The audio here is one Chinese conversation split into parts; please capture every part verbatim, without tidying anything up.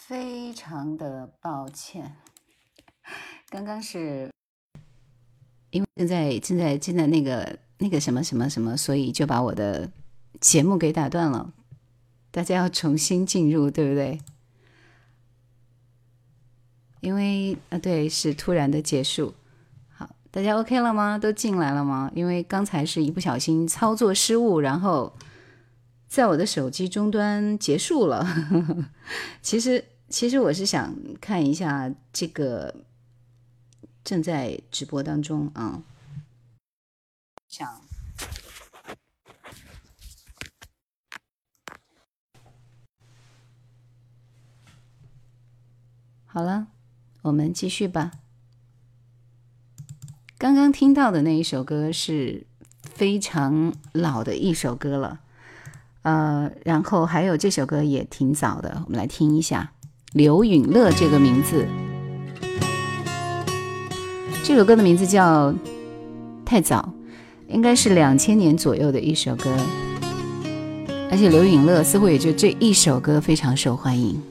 非常的抱歉，刚刚是因为正在正在正在那个那个什么什么什么，所以就把我的节目给打断了。大家要重新进入，对不对？因为啊，对，是突然的结束。好，大家 OK 了吗？都进来了吗？因为刚才是一不小心操作失误，然后在我的手机终端结束了。其实，其实我是想看一下这个正在直播当中啊，想好了，我们继续吧。刚刚听到的那一首歌是非常老的一首歌了，呃，然后还有这首歌也挺早的，我们来听一下。刘允乐这个名字，这首歌的名字叫《太早》，应该是两千年左右的一首歌，而且刘允乐似乎也就这一首歌非常受欢迎。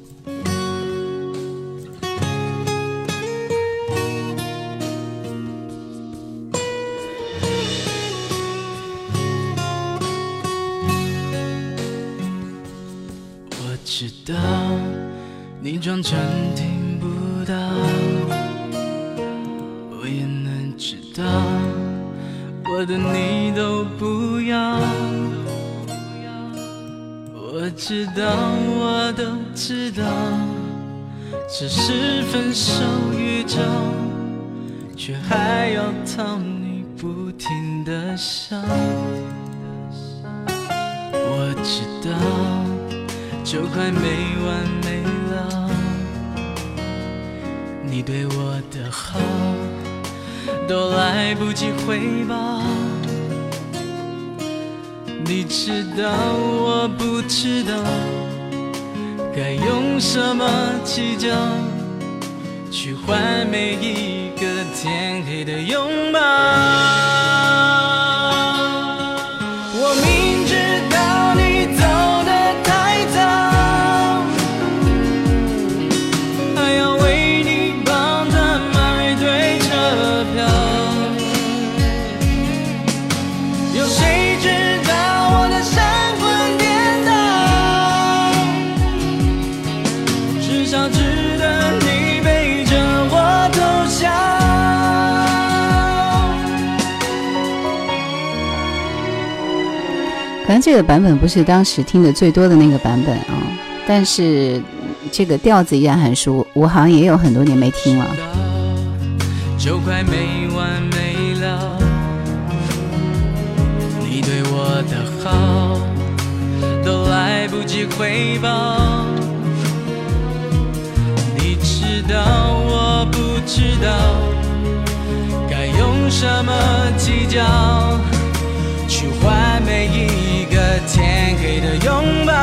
知道你装成听不到，我也能知道我的你都不要。我知道我都知道，只是分手预兆，却还要讨你不停地笑。我知道就快没完没了，你对我的好都来不及回报。你知道我不知道该用什么计较，去换每一个天黑的拥抱。我明知道你走得太早，还要为你帮他买对车票。有谁知道我的神魂颠倒，至少值得你背着我偷笑。 可能这个版本不是当时听的最多的那个版本啊，但是这个调子依然很熟，我好像也有很多年没听了。 就快没完没了，你对我的好都来不及回报。你知道我不知道该用什么计较，去换每一个天黑的拥抱。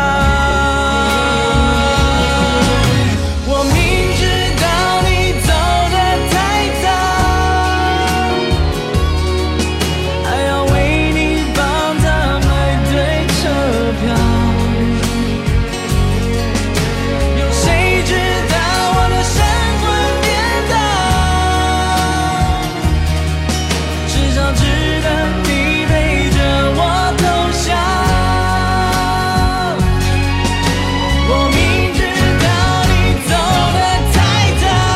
我明知道你走得太早，还要为你帮他买对车票。有谁知道我的神魂颠倒，至少值得你陪着我偷笑。我明知道你走得太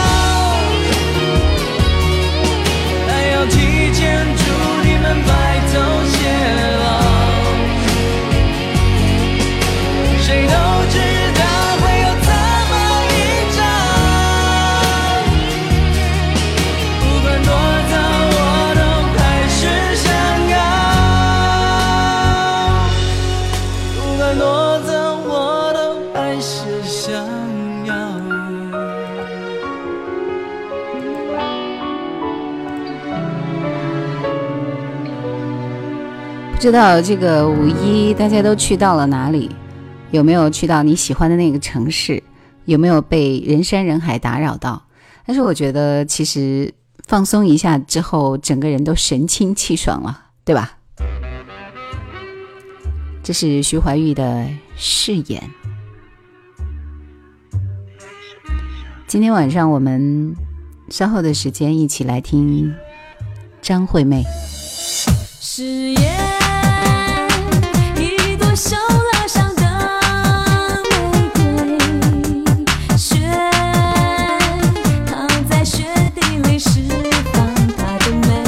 早，还要提前祝你们白头偕老。谁都知道会有这么一场，不管多早我都还是想要，不管多早我都还是想要。 不知道这个五一大家都去到了哪里？有没有去到你喜欢的那个城市？有没有被人山人海打扰到？但是我觉得其实放松一下之后，整个人都神清气爽了，对吧？这是徐怀钰的誓言。 是今天晚上我们稍后的时间一起来听张惠妹。 誓言一朵受了伤的玫瑰，雪躺在雪地里释放它的美。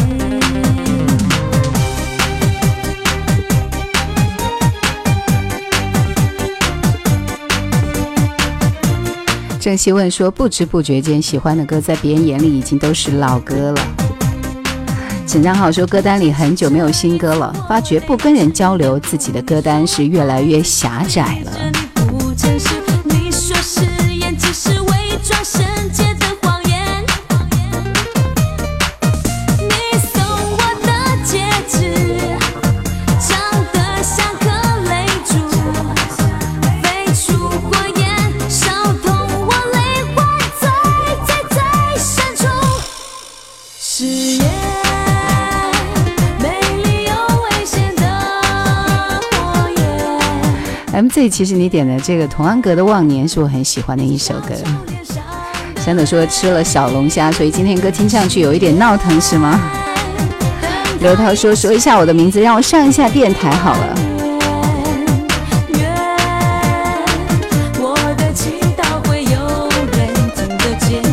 郑希问说，不知不觉间喜欢的歌在别人眼里已经都是老歌了。沈章浩说，歌单里很久没有新歌了，发觉不跟人交流，自己的歌单是越来越狭窄了。 不真实，你说誓言只是伪装圣洁的谎言。你送我的戒指长得像颗泪珠，飞出火焰，烧痛我泪花在在在深处。誓言 M Z 其实你点的这个童安格的《忘年》是我很喜欢的一首歌。山德说吃了小龙虾，所以今天歌听上去有一点闹腾是吗？刘涛说说一下我的名字，让我上一下电台好了。 我的祈祷会有人听得见。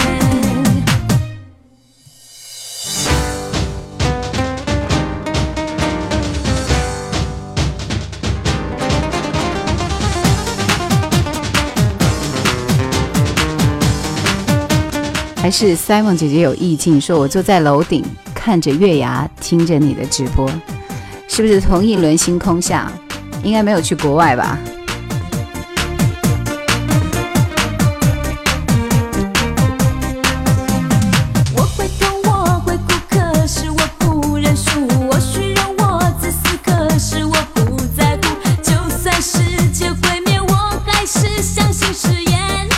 还是 Simon 姐姐有意境，说我坐在楼顶看着月牙，听着你的直播，是不是同一轮星空下？应该没有去国外吧？ 我会痛，我会哭，可是我不认输。我虚荣，我自私，可是我不在乎。就算世界毁灭，我还是相信誓言。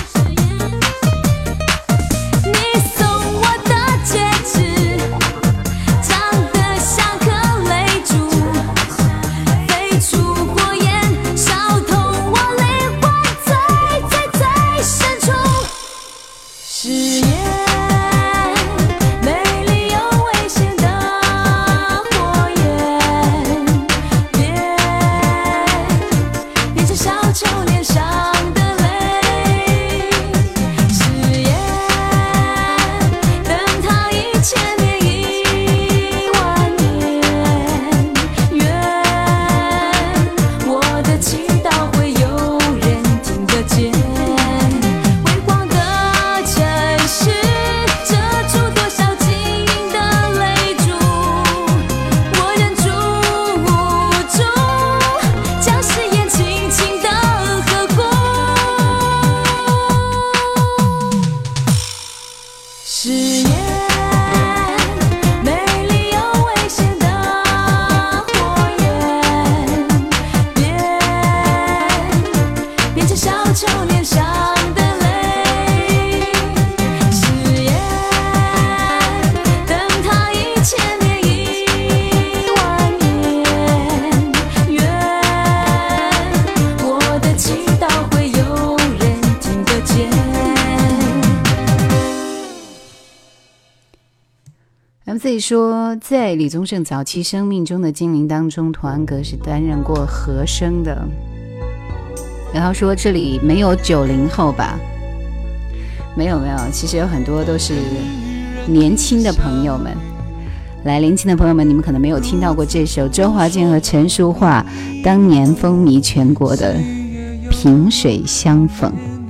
自己说，在李宗盛早期生命中的精灵当中，童安格是担任过和声的。然后说这里没有九零后吧？没有没有，其实有很多都是年轻的朋友们。来，年轻的朋友们，你们可能没有听到过这首周华健和陈淑桦当年风靡全国的《萍水相逢》。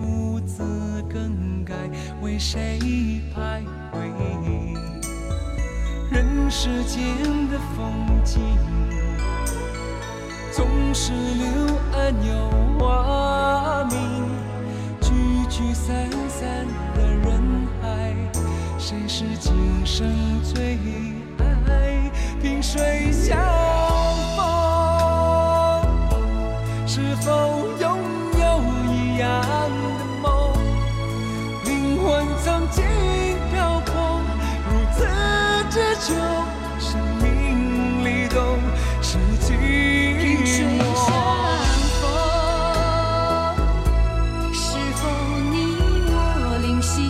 世间的风景总是柳暗又花明，聚聚散散的人海，谁是今生最爱？萍水相逢，是否拥有一样的梦？灵魂曾经漂泊，如此之久。生命里都是寂寞。 是否你我灵犀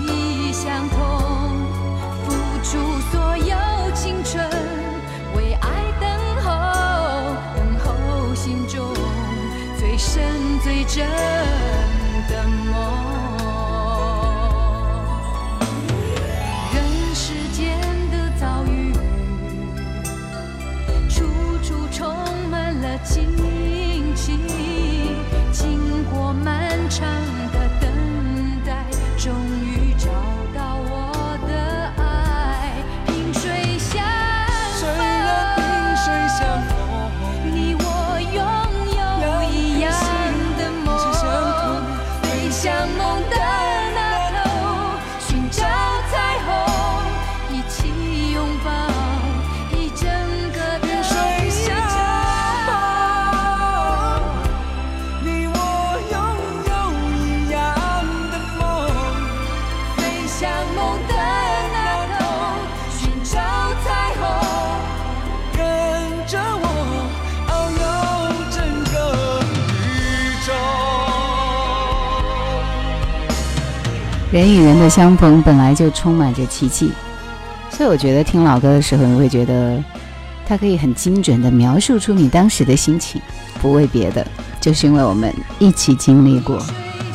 人与人的相逢本来就充满着奇迹，所以我觉得听老歌的时候，你会觉得它可以很精准地描述出你当时的心情，不为别的，就是因为我们一起经历过。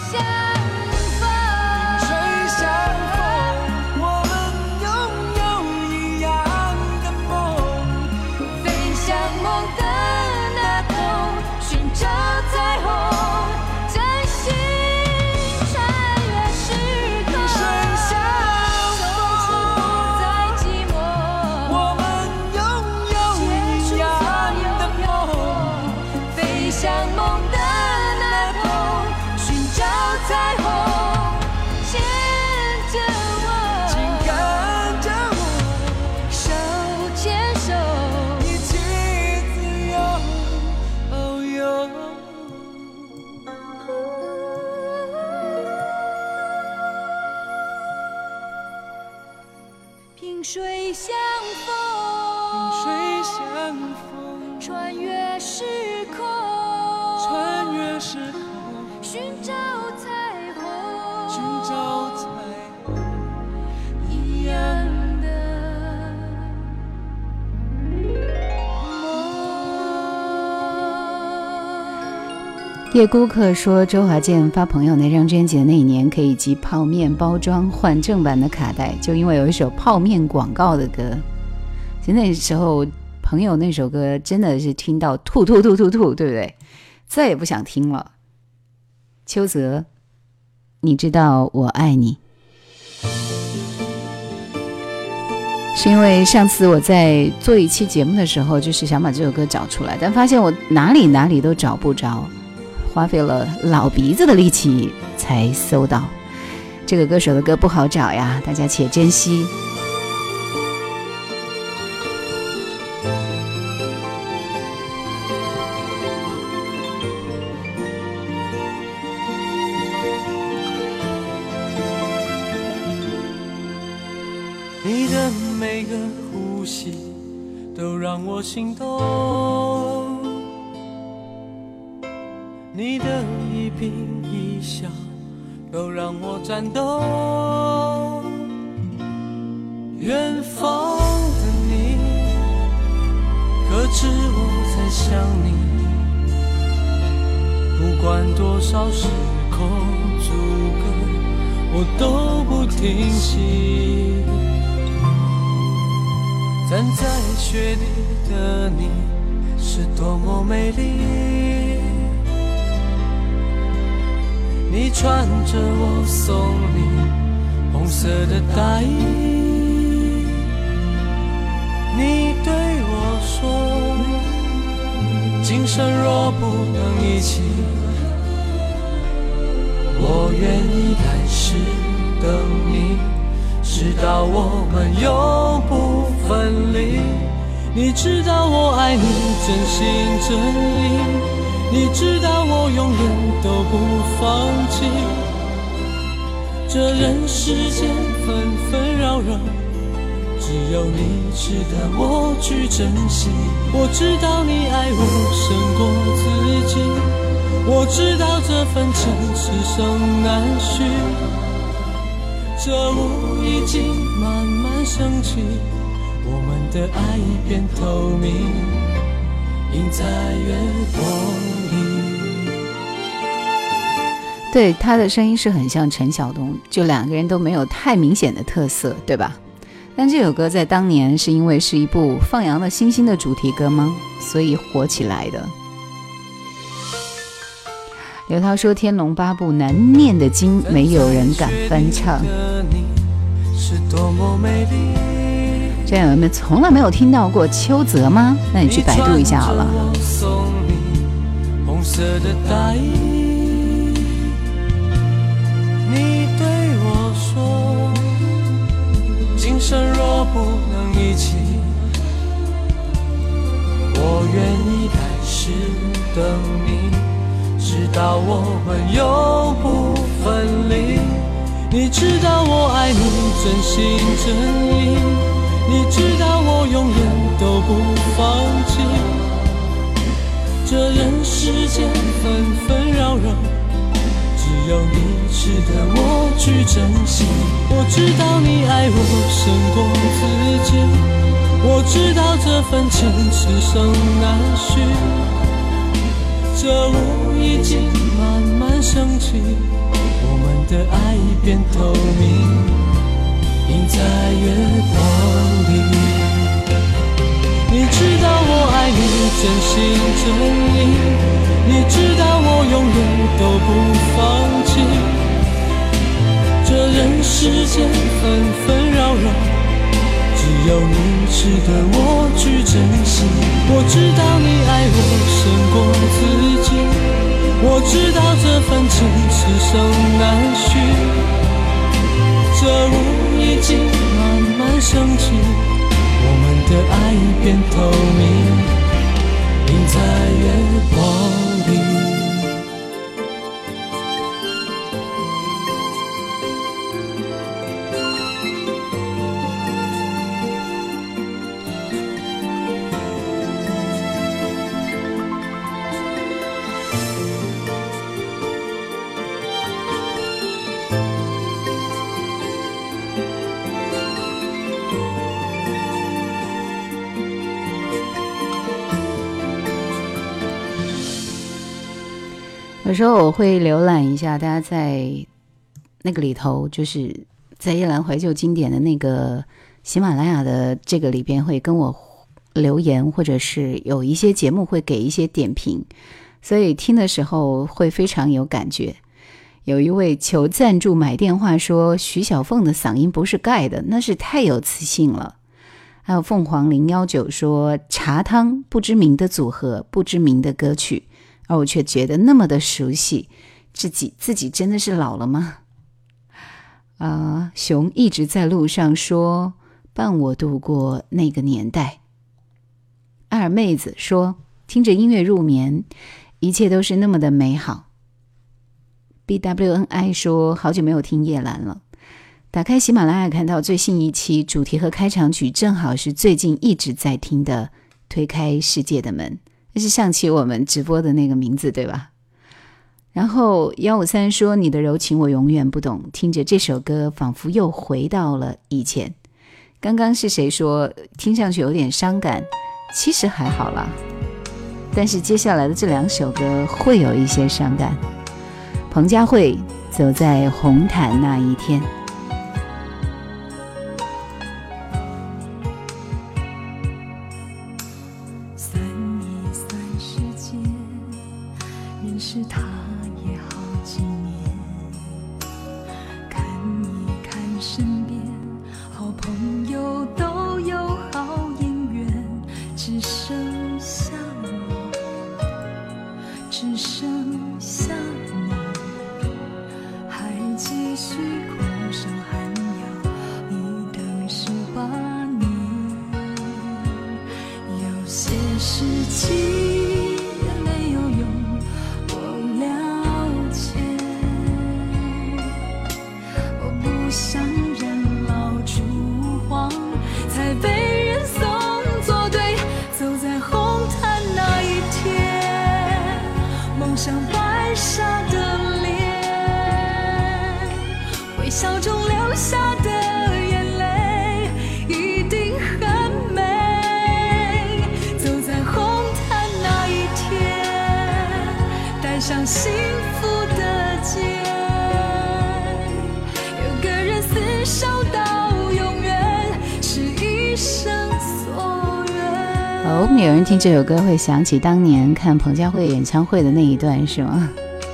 萍水相逢， 萍水相逢， 穿越时空， 穿越时空， 寻找彩虹， 寻找彩虹， 一样的叶孤客说，周华健发朋友那张专辑的那一年，可以集泡面包装换正版的卡带，就因为有一首泡面广告的歌。其实那时候朋友那首歌真的是听到吐吐吐吐吐，对不对？再也不想听了。邱泽，你知道我爱你，是因为上次我在做一期节目的时候，就是想把这首歌找出来，但发现我哪里哪里都找不着，花费了老鼻子的力气才搜到。这个歌手的歌不好找呀，大家且珍惜。 你的每个呼吸都让我心动，你的一颦一笑都让我颤抖。远方的你，可知我在想你？不管多少时空阻隔，我都不停息。站在雪地的你是多么美丽，你穿着我送你红色的大衣，你对我说，今生若不能一起，我愿意来世等你，直到我们永不分离。你知道我爱你真心真意，你知道我永远都不放弃。这人世间纷纷扰扰，只有你值得我去珍惜。我知道你爱我胜过自己，我知道这份情此生难续。这雾已经慢慢升起，我们的爱已变透明，映在月光里。 对，他的声音是很像陈晓东，就两个人都没有太明显的特色，对吧？但这首歌在当年是因为是一部放羊的星星的主题歌吗？所以火起来的。刘涛说天龙八部难念的经没有人敢翻唱，这样有没有从来没有听到过邱泽吗？那你去百度一下好了。 红色的大衣，你对我说，今生若不能一起，我愿意来世等你，直到我们永不分离。你知道我爱你真心真意，你知道我永远都不放弃。这人世间纷纷扰扰，只有你值得我去珍惜。我知道你爱我胜过自己，我知道这份情此生难续，这雾已经慢慢升起，我们的爱变透明，映在月光里。你知道我爱你真心真意，你知道我永远都不放弃。这人世间纷纷扰扰，只有你值得我去珍惜。我知道你爱我胜过自己，我知道这份情此生难续，这雾已经慢慢升起，我们的爱变透明，映在月光里。 有时候我会浏览一下大家在那个里头，就是在夜兰怀旧经典的那个喜马拉雅的这个里边会跟我留言，或者是有一些节目会给一些点评，所以听的时候会非常有感觉。有一位求赞助买电话说徐小凤的嗓音不是盖的，那是太有磁性了。还有凤凰零一九说茶汤不知名的组合，不知名的歌曲，而我却觉得那么的熟悉，自己自己真的是老了吗？啊、呃，熊一直在路上说伴我度过那个年代。二妹子说听着音乐入眠，一切都是那么的美好。B W N I 说好久没有听夜兰了，打开喜马拉雅看到最新一期主题和开场曲正好是最近一直在听的推开世界的门，那是上期我们直播的那个名字对吧？然后一五三说你的柔情我永远不懂，听着这首歌仿佛又回到了以前。刚刚是谁说听上去有点伤感？其实还好啦，但是接下来的这两首歌会有一些伤感。彭佳慧走在红毯那一天。 算一算时间，认识他也好几年，看一看身边好朋友都有好姻缘，只剩下我，只剩下你，还继续苦守寒窑，一等十八年。有些事情没有用，我了解，我不想人老珠黄才被人送作对，走在红毯那一天，梦想白纱的脸，微笑中流下的眼泪一定很美，走在红毯那一天，带上幸福的结，有个人厮守到永远，是一生所愿。 哦，有人听这首歌会想起当年看彭佳慧演唱会的那一段是吗？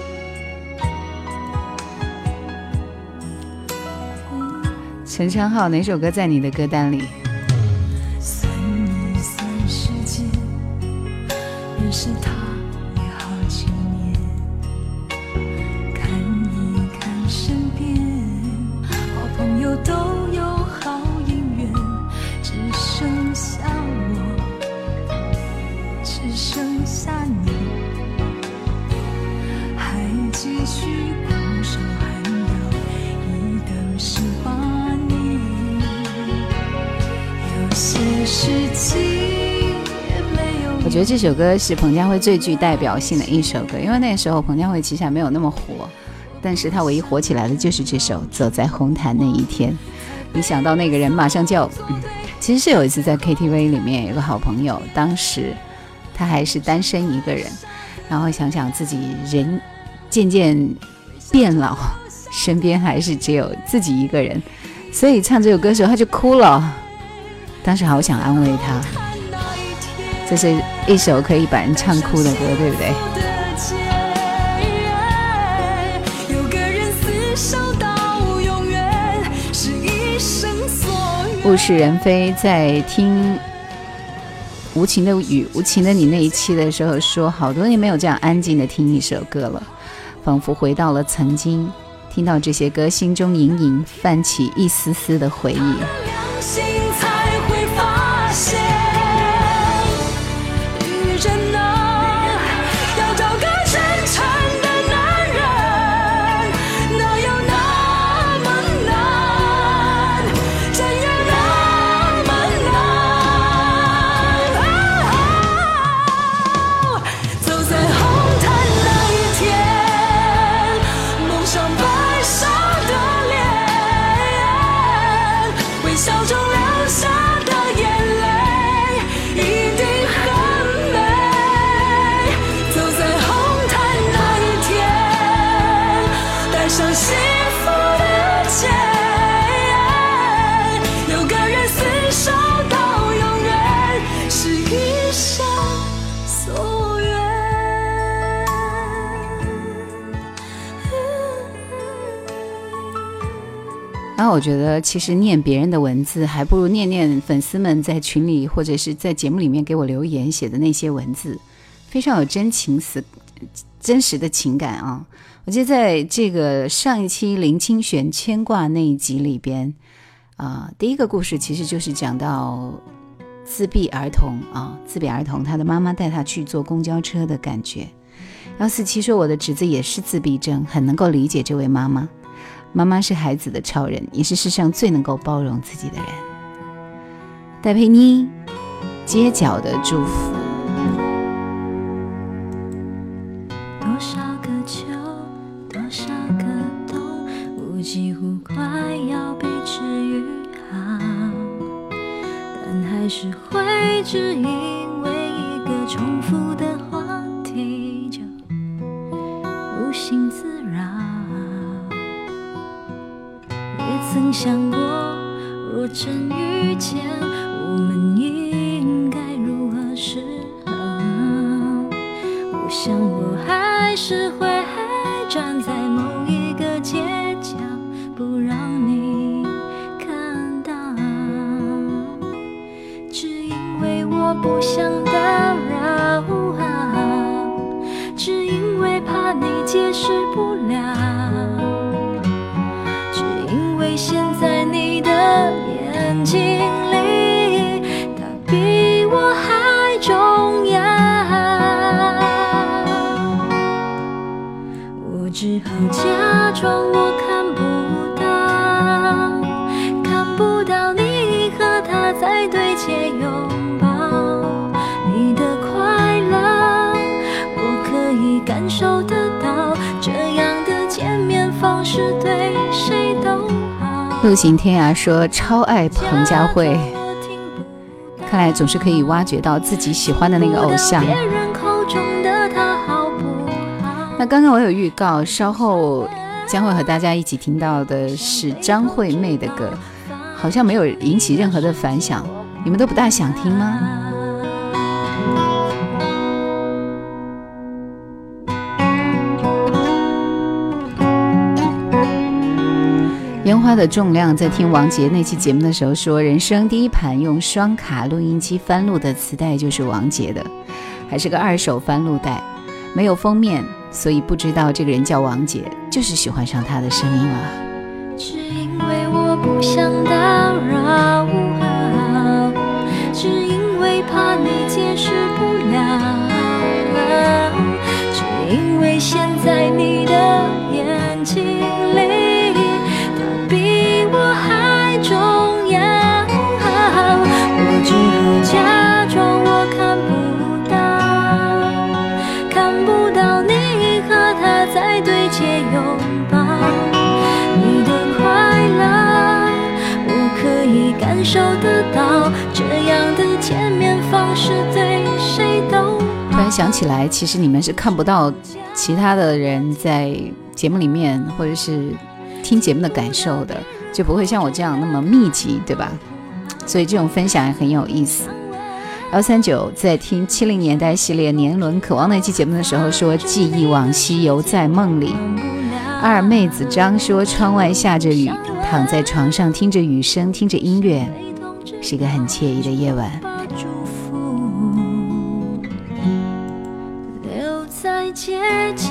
陈昌浩哪首歌在你的歌单里？ 算一算时间，认识他也好几年，看一看身边好朋友都有好姻缘，只剩下我，只剩下你，还继续苦守寒窑，一等十八年。有些事情也没有用， 我觉得这首歌是彭佳慧最具代表性的一首歌，因为那个时候彭佳慧其实还没有那么火， 但是他唯一火起来的就是这首《走在红毯那一天》。一想到那个人，马上就要、嗯、其实是有一次在 K T V 里面有个好朋友，当时他还是单身一个人，然后想想自己人渐渐变老，身边还是只有自己一个人，所以唱这首歌的时候他就哭了。当时好想安慰他，这是一首可以把人唱哭的歌，对不对？物是人非在听无情的雨无情的你那一期的时候说，好多年没有这样安静的听一首歌了，仿佛回到了曾经，听到这些歌心中隐隐泛起一丝丝的回忆。然后我觉得其实念别人的文字还不如念念粉丝们在群里或者是在节目里面给我留言写的那些文字，非常有真情实真实的情感啊！我记得在这个上一期林清玄牵挂那一集里边啊、呃，第一个故事其实就是讲到自闭儿童啊，自闭儿童他的妈妈带他去坐公交车的感觉。幺四七说我的侄子也是自闭症，很能够理解这位妈妈。妈妈是孩子的超人，也是世上最能够包容自己的人。戴佩妮，街角的祝福。 多少个秋，多少个冬，我几乎快要被治愈好，但还是会只因为一个重复的话题就无心自扰。也曾想过，若真遇见，我们应该如何是好？我想我还是会站在某一个街角，不让你看到，只因为我不想打扰，只因为怕你解释不了。现在你的眼睛里，它比我还重要。我只好假装我看不到，看不到你和他在对街拥抱。你的快乐，我可以感受得到，这样的见面方式对谁都陆行天涯说超爱彭佳慧，看来总是可以挖掘到自己喜欢的那个偶像。那刚刚我有预告，稍后将会和大家一起听到的是张惠妹的歌，好像没有引起任何的反响，你们都不大想听吗？烟花的重量在听王杰那期节目的时候说，人生第一盘用双卡录音机翻录的磁带就是王杰的，还是个二手翻录带，没有封面，所以不知道这个人叫王杰，就是喜欢上他的声音了。 只因为我不想打扰，只因为怕你解释不了，只因为现在你的眼睛里比我还重要，我只好假装我看不到，看不到你和他在对街拥抱。 感受得到，这样的见面方式对谁都突然想起来，其实你们是看不到其他的人在节目里面或者是听节目的感受的，就不会像我这样那么密集，对吧？所以这种分享也很有意思。L 三九在听七零年代系列年轮渴望那期节目的时候说，记忆往昔犹在梦里。二妹子张说，窗外下着雨，躺在床上听着雨声，听着音乐，是个很惬意的夜晚。 留在街角，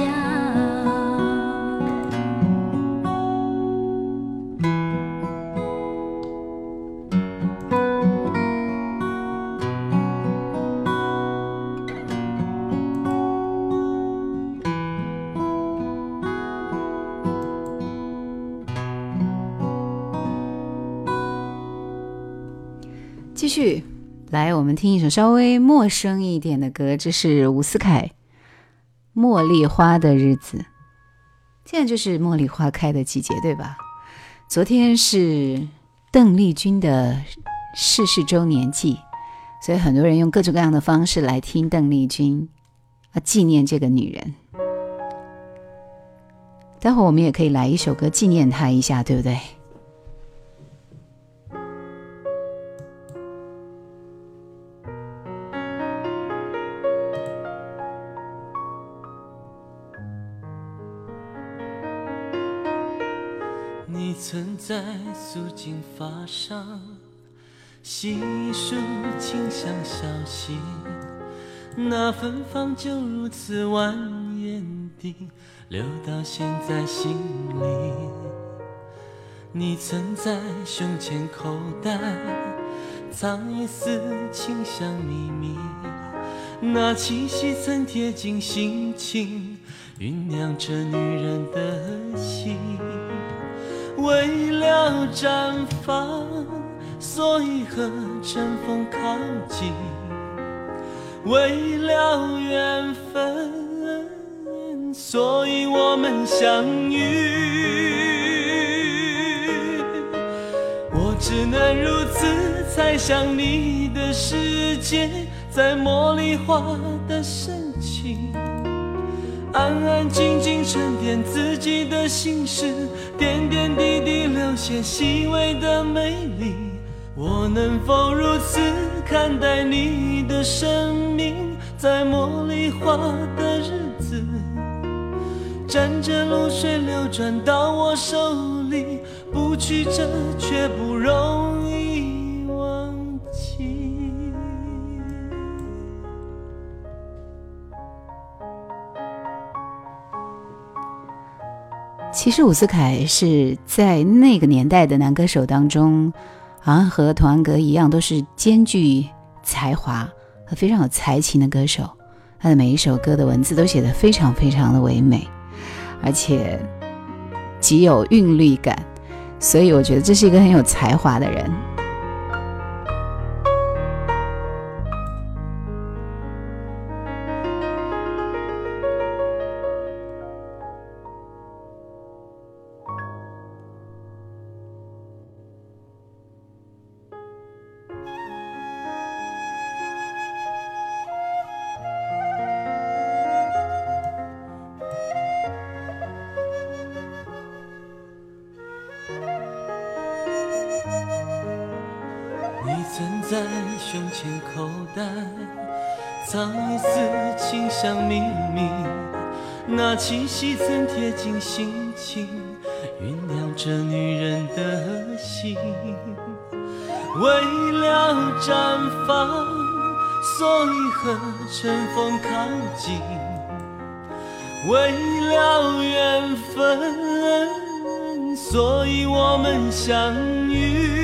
继续来，我们听一首稍微陌生一点的歌，这是伍思凯《茉莉花的日子》。现在就是茉莉花开的季节，对吧？昨天是邓丽君的逝世周年祭，所以很多人用各种各样的方式来听邓丽君，啊，纪念这个女人。待会儿我们也可以来一首歌纪念她一下，对不对？ 你曾在素净发上细数清香小溪，那芬芳就如此蜿蜒地流到现在心里。你曾在胸前口袋藏一丝清香秘密，那气息曾贴近心情，酝酿着女人的心。为了绽放，所以和尘封靠近；为了缘分，所以我们相遇。我只能如此猜想你的世界，在茉莉花的深情，安安静静沉淀自己的心事，点点滴滴流些细微的美丽。我能否如此看待你的生命，在茉莉花的日子，沾着露水流转到我手里，不曲折却不容易忘记。 其实伍思凯是在那个年代的男歌手当中，好像和童安格一样，都是兼具才华和非常有才情的歌手。他的每一首歌的文字都写得非常非常的唯美，而且极有韵律感，所以我觉得这是一个很有才华的人。 曾在胸前口袋藏一丝清香秘密，那气息曾贴近心情，酝酿着女人的心。为了绽放，所以和尘封靠近；为了缘分，所以我们相遇。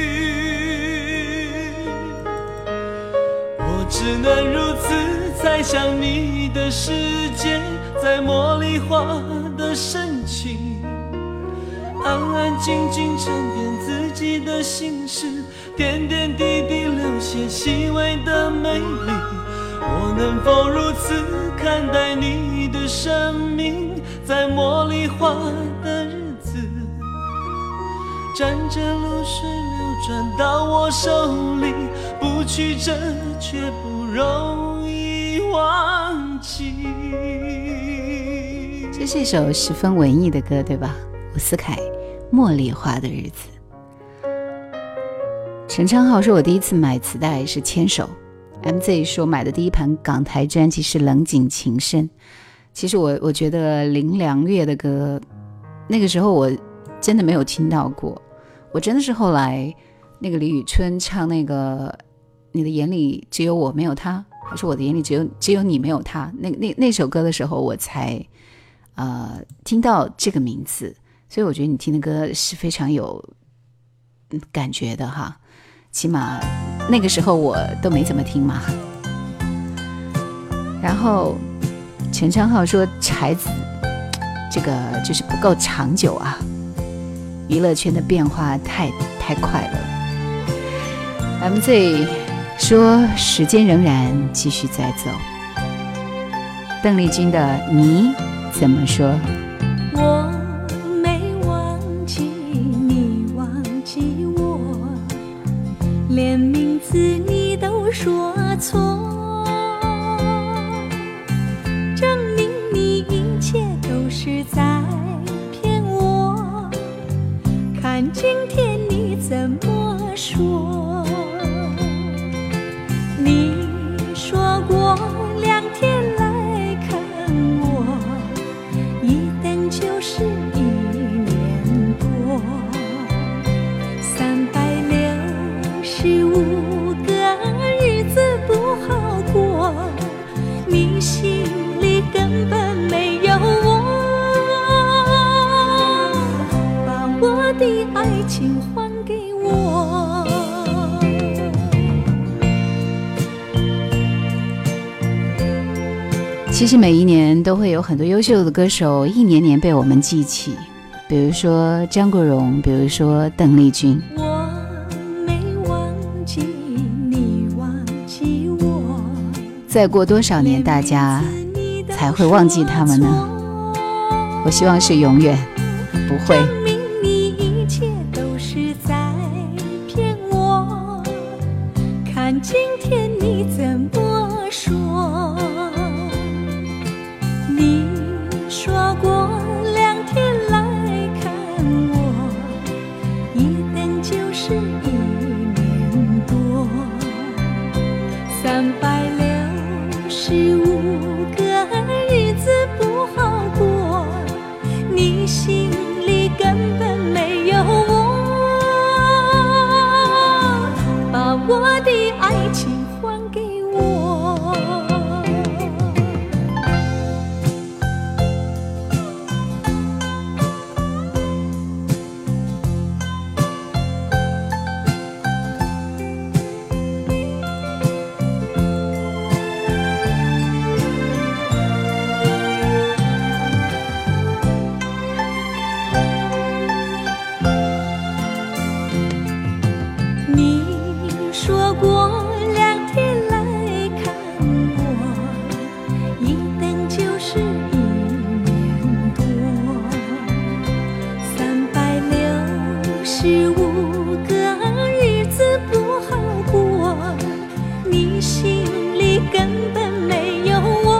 只能如此猜想你的世界，在茉莉花的深情，安安静静沉淀自己的心事，点点滴滴流些细微的美丽。我能否如此看待你的生命，在茉莉花的日子， 沾着露水流转到我手里，不曲折却不容易忘记。 这是一首十分文艺的歌，对吧？伍思凯《茉莉花的日子》。陈昌浩说我第一次买磁带是牵手， M Z 说买的第一盘港台专辑是冷井情深。其实我我觉得林良月的歌那个时候我真的没有听到过，我真的是后来那个李宇春唱那个你的眼里只有我没有他，还是我的眼里只有只有你没有他，那那那首歌的时候我才呃听到这个名字，所以我觉得你听的歌是非常有感觉的哈，起码那个时候我都没怎么听嘛。然后陈昌浩说柴子这个就是不够长久啊，娱乐圈的变化太太快了。 M Z 说时间仍然继续在走。邓丽君的你怎么说？ 我没忘记你忘记我，连名字你都说错，证明你一切都是在骗我，看今天你怎么说。你说过两天来看我，一等就是一年多，三百六十五个日子不好过，你心里根本没有我，把我的爱情还给我。 其实每一年都会有很多优秀的歌手一年年被我们记起，比如说张国荣，比如说邓丽君。 我没忘记你忘记我， 再过多少年大家才会忘记他们呢？我希望是永远不会。 证明你一切都是在骗我，看今天你怎么说。你说过两天来看我，一等就是一年多，三百六十五个日子不好过，你心里根本没有我，把我的爱情还给我。你说过两天来看我，一等就是一年多，三百六十五个日子不好过，你心里根本没有我，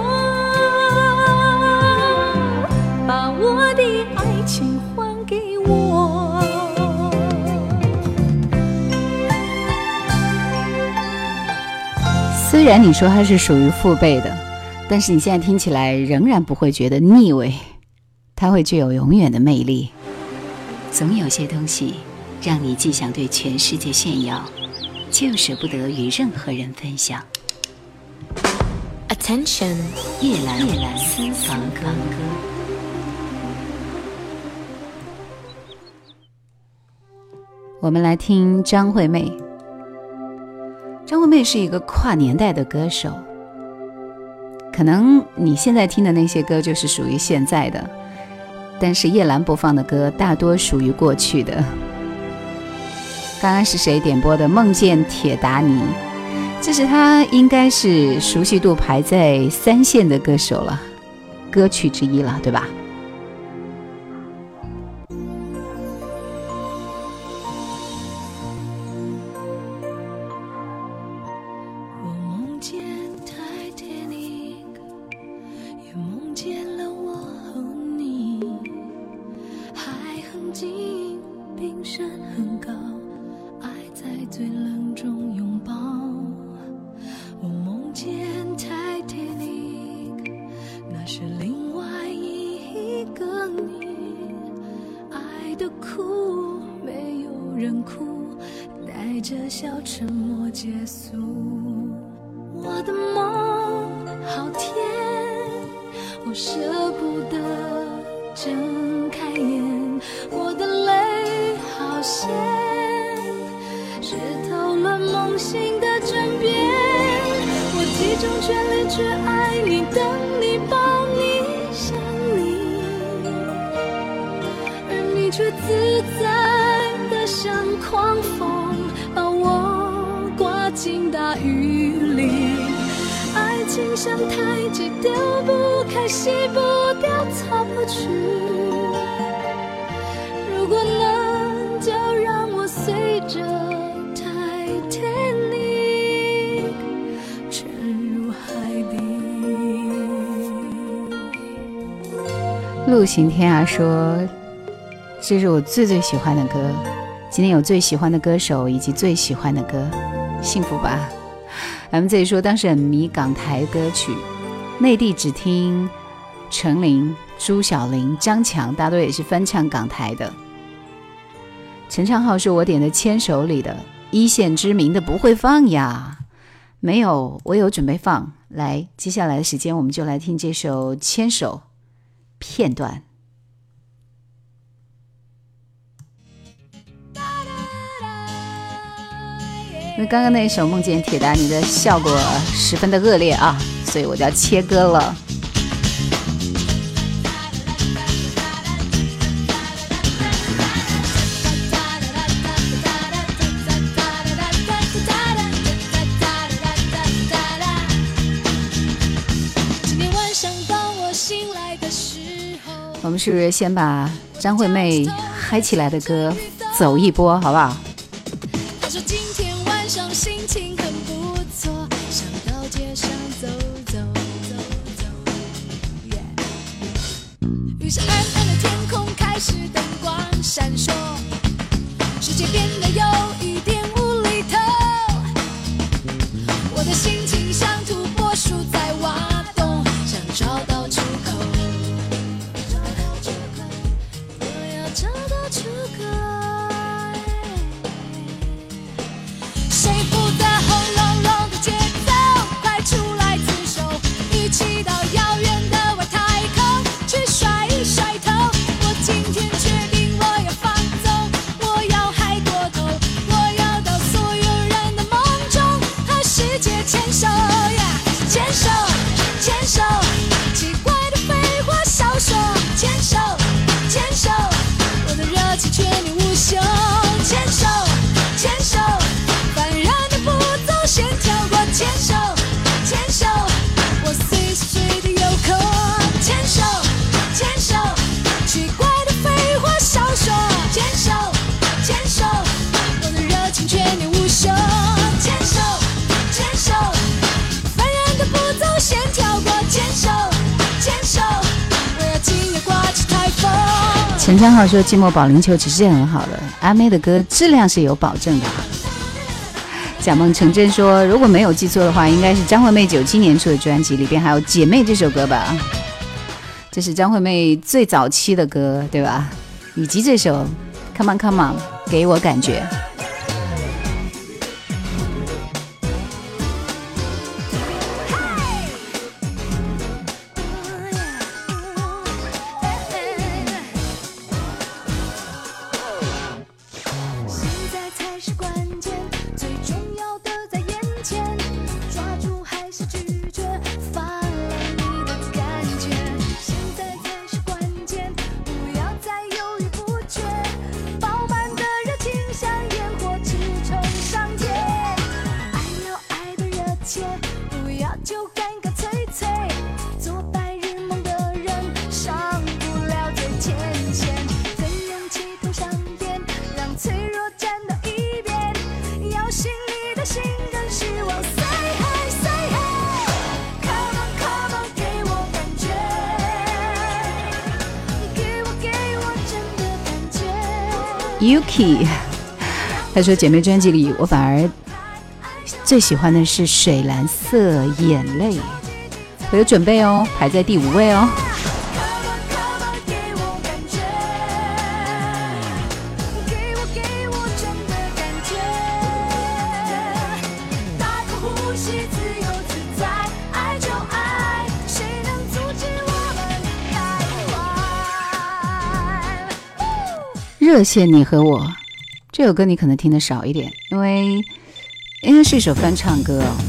把我的爱情还给我。 虽然你说它是属于父辈的，但是你现在听起来仍然不会觉得腻味，它会具有永远的魅力。总有些东西让你既想对全世界炫耀，却又舍不得与任何人分享。 Attention， 夜阑夜阑私房歌。我们来听张惠妹。张惠妹是一个跨年代的歌手，可能你现在听的那些歌就是属于现在的，但是夜阑播放的歌大多属于过去的。刚刚是谁点播的《梦见铁达尼》？这是他应该是熟悉度排在三线的歌手了，歌曲之一了，对吧？ 人哭，带着笑沉默结束。我的梦好甜，我舍不得睁开眼，我的泪好咸，是讨论梦醒的枕边。我集中全力去爱你，等你，抱你，想你，而你却自在的像狂风，把我刮进大雨里。爱情像台阶，丢不开，洗不掉，擦不去。如果能，就让我随着 Titanic 沉入海底。 陆行天涯说，这是我最最喜欢的歌。今天有最喜欢的歌手以及最喜欢的歌，幸福吧。咱们这里说，当时很迷港台歌曲，内地只听陈琳、朱晓琳、张强，大多也是翻唱港台的。陈昌浩是我点的牵手里的，一线之名的不会放呀。没有，我有准备放。来，接下来的时间我们就来听这首牵手片段。因为刚刚那首梦见铁达尼的效果十分的恶劣啊，所以我就要切歌了。我们是不是先把张惠妹嗨起来的歌走一波，好不好？ 她说今天晚上心情很不错，想到街上走走走走、yeah、于是暗暗的天空开始灯光闪烁，世界变得有一点无厘头，我的心情像土拨鼠在挖洞，想找到出口，我要找到出口。谁负责轰隆隆的节奏？快出来自首，一起到遥远的外太空去甩一甩头。我今天决定我要放纵，我要嗨过头，我要到所有人的梦中和世界牵手呀，牵手牵手，奇怪的废话少说，牵手牵手，我的热情却你无休，牵手牵手，凡人的步骤先跳过，牵手牵手，我随时随地有空，牵手牵手，奇怪的废话少说，牵手牵手，我的热情却你无休，牵手牵手，凡人的步骤先跳过，牵手牵手，我要今夜刮起台风。 陈昌浩说寂寞保龄球其实是很好的，阿妹的歌质量是有保证的。假梦成真说，如果没有记错的话，应该是张惠妹九七年出的专辑里边还有姐妹这首歌吧，这是张惠妹最早期的歌，对吧？以及这首 Come on Come on 给我感觉。 现在才是关键，最重要的在眼前，抓住还是拒绝，发了你的感觉。现在才是关键，不要再犹豫不决，饱满的热情像烟火直冲上天。爱要爱的热切，不要就干干脆脆，做白日梦的人上不了最前线，跟勇气同上边，让脆弱站到一边，要信你的心跟希望 Say hi Say hi Come on Come on 给我感觉，给我给我真的感觉。 Yuki 他说姐妹专辑里我反而最喜欢的是水蓝色眼泪，我有准备哦，排在第五位哦。 Come on Come on 给我感觉，给我给我真热线你和我，这首歌你可能听得少一点，因为应该是一首翻唱歌哦。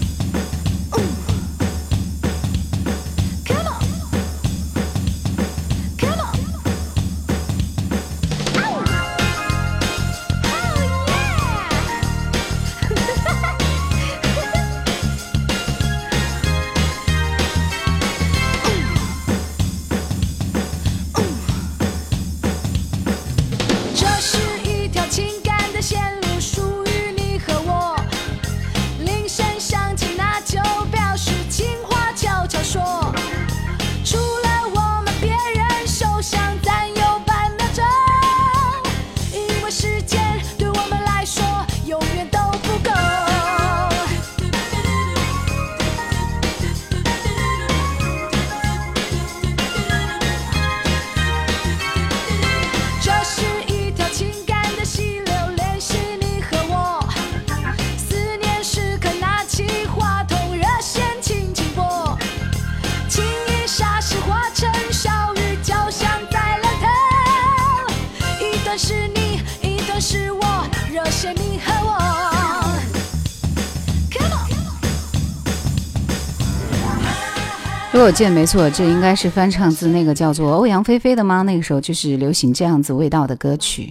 如果我记得没错，这应该是翻唱自那个叫做欧阳菲菲的吗？那个时候就是流行这样子味道的歌曲。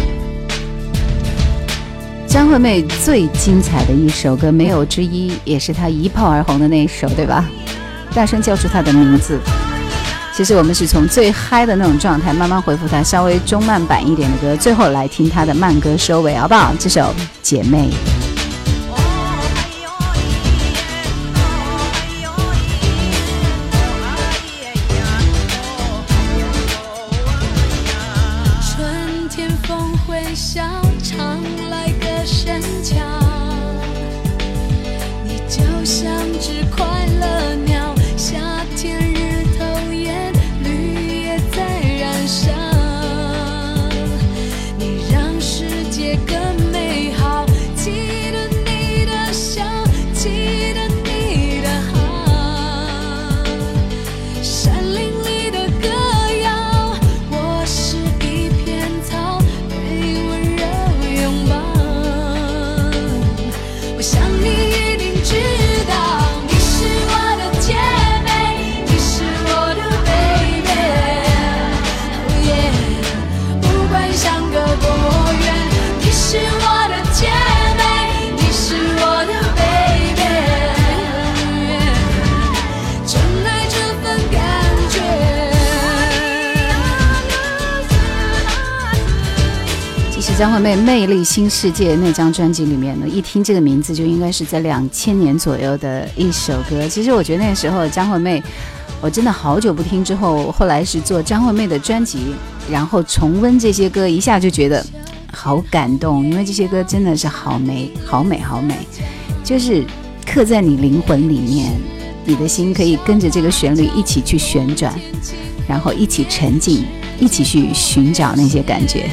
张惠妹最精彩的一首歌没有之一，也是她一炮而红的那一首，对吧？大声叫出她的名字。其实我们是从最嗨的那种状态慢慢回复她稍微中慢版一点的歌，最后来听她的慢歌收尾，好不好？这首《姐妹》。张惠妹《魅力新世界》那张专辑里面呢，一听这个名字就应该是在两千年左右的一首歌。其实我觉得那个时候张惠妹，我真的好久不听之后，后来是做张惠妹的专辑，然后重温这些歌，一下就觉得好感动，因为这些歌真的是好美好美好美，就是刻在你灵魂里面，你的心可以跟着这个旋律一起去旋转，然后一起沉浸，一起去寻找那些感觉。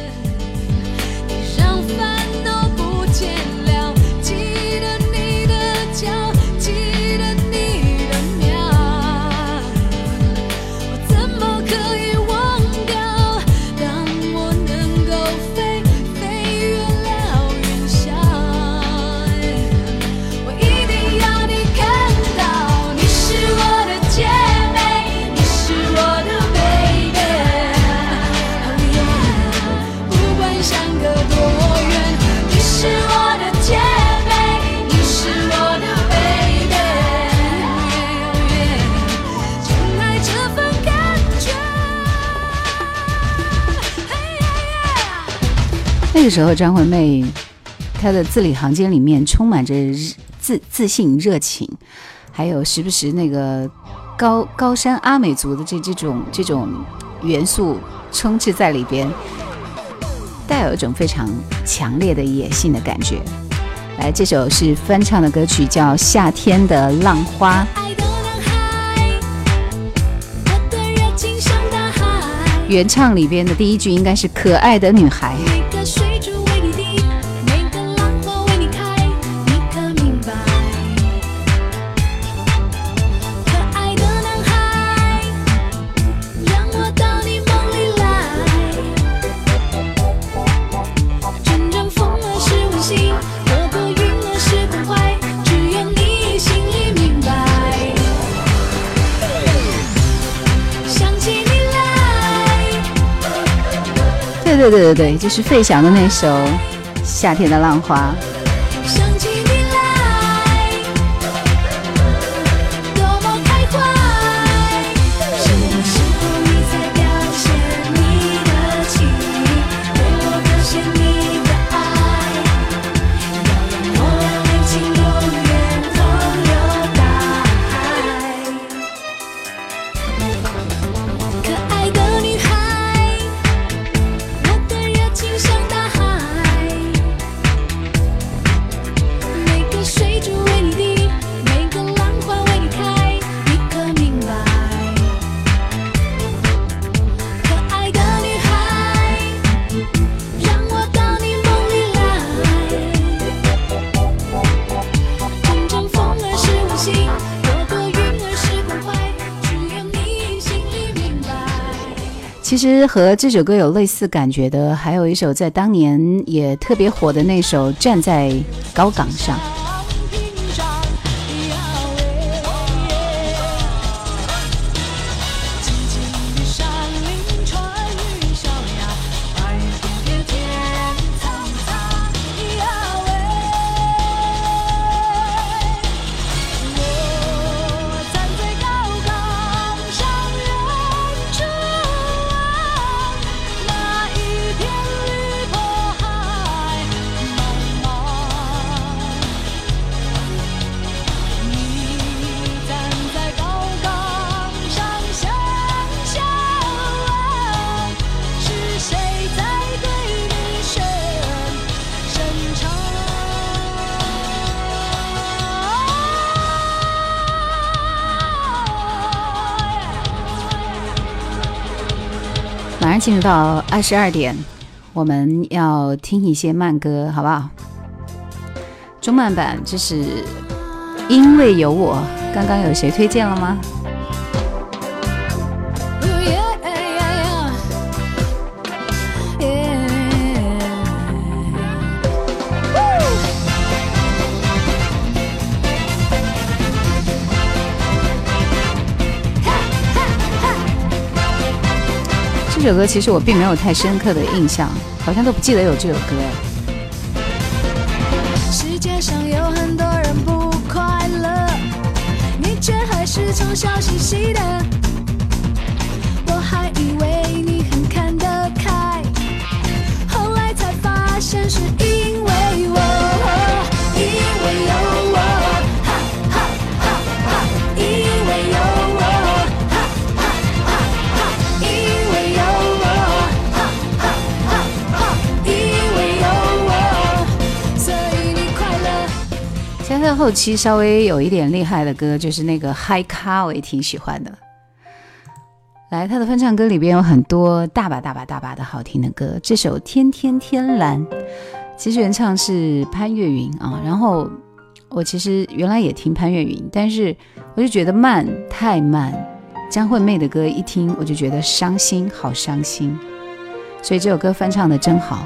那个时候张惠妹她的字里行间里面充满着自自信热情，还有时不时那个高高山阿美族的这这种这种元素充斥在里边，带有一种非常强烈的野性的感觉。来，这首是翻唱的歌曲，叫《夏天的浪花》。原唱里边的第一句应该是可爱的女孩。 对对对对，就是费翔的那首《夏天的浪花》。 想起你来，多么开怀。什么时候你才表现你的情意，对我表现你的爱，要让我们爱情永远同流大海。可爱的女孩，我的热情像大海。每个水珠为你滴，每个浪花为你开，你可明白？可爱的女孩，让我到你梦里来。阵阵风儿是温馨，朵朵云儿是关怀，只有你心里明白。 其实和这首歌有类似感觉的，还有一首在当年也特别火的那首《站在高岗上》。 屏障，呀喂，静静的山林，穿云霄呀，白云片片天苍苍，呀喂，我站在高岗上，远处望那一片绿波海茫茫。你站在高岗上，想想啊，是谁在对你声声唱？ 马上进入到二十二点，我们要听一些慢歌，好不好？中慢版，这是因为有我。刚刚有谁推荐了吗？这首歌其实我并没有太深刻的印象，好像都不记得有这首歌。 世界上有很多人不快乐，你却还是从笑嘻嘻的。我还以为你很看得开，后来才发现是因为我，因为有我，哈哈哈哈，因为有我，哈哈哈哈，因为有我，哈哈哈哈，因为有我，所以你快乐。 现在后期稍微有一点厉害的歌，就是那个嗨咖，我也挺喜欢的。来，他的翻唱歌里边有很多大把大把大把的好听的歌。这首《天天天蓝》，其实原唱是潘越云啊。然后我其实原来也听潘越云，但是我就觉得慢，太慢。张惠妹的歌一听我就觉得伤心，好伤心。所以这首歌翻唱的真好。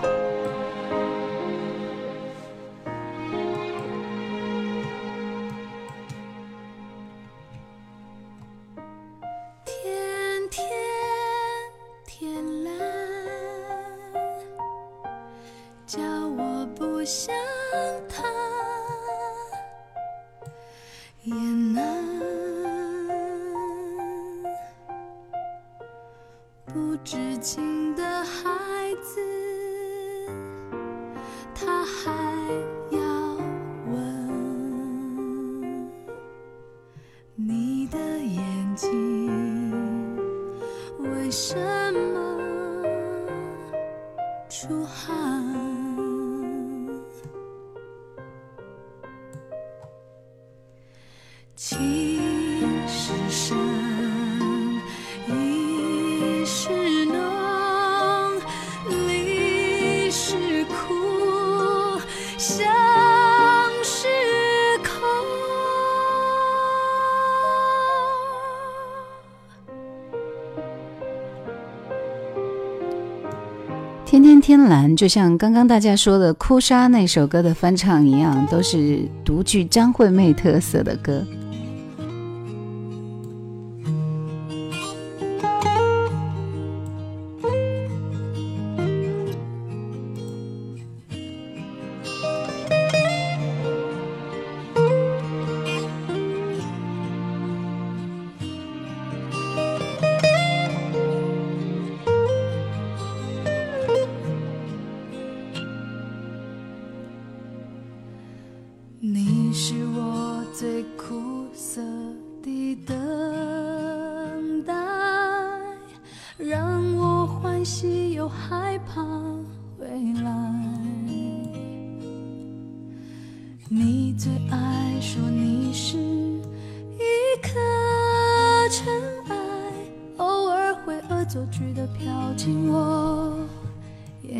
天天天蓝，叫我不想他，也难不知情的孩子，他还要问你的眼睛为什么出汗？情是深，意是浓，离是苦，相是空。 天天天蓝，就像刚刚大家说的《哭砂》那首歌的翻唱一样，都是独具张惠妹特色的歌。 你是我最苦涩的等待，让我欢喜又害怕未来。你最爱说你是一颗尘埃，偶尔会恶作剧地飘进我眼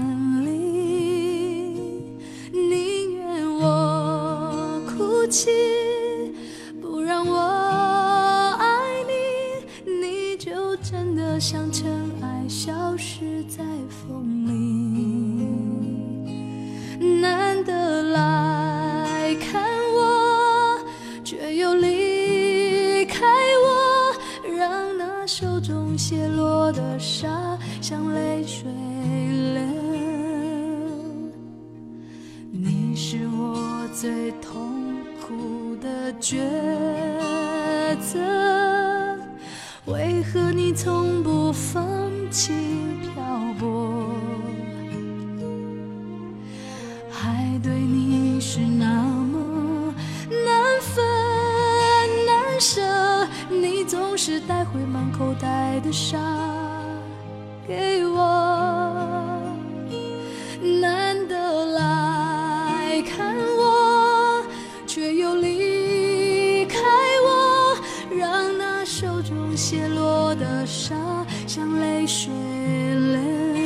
里，宁愿我哭泣，不让我爱你，你就真的像尘埃消失在风里。难得来看我，却又离开我，让那手中泻落的沙像泪水流。你是我最痛苦的抉择，为何你从不放弃漂泊？爱对你是那么难分难舍，你总是带回满口袋的沙给我。难得来看我，却又离开我，让那手中泻落的沙像泪水流。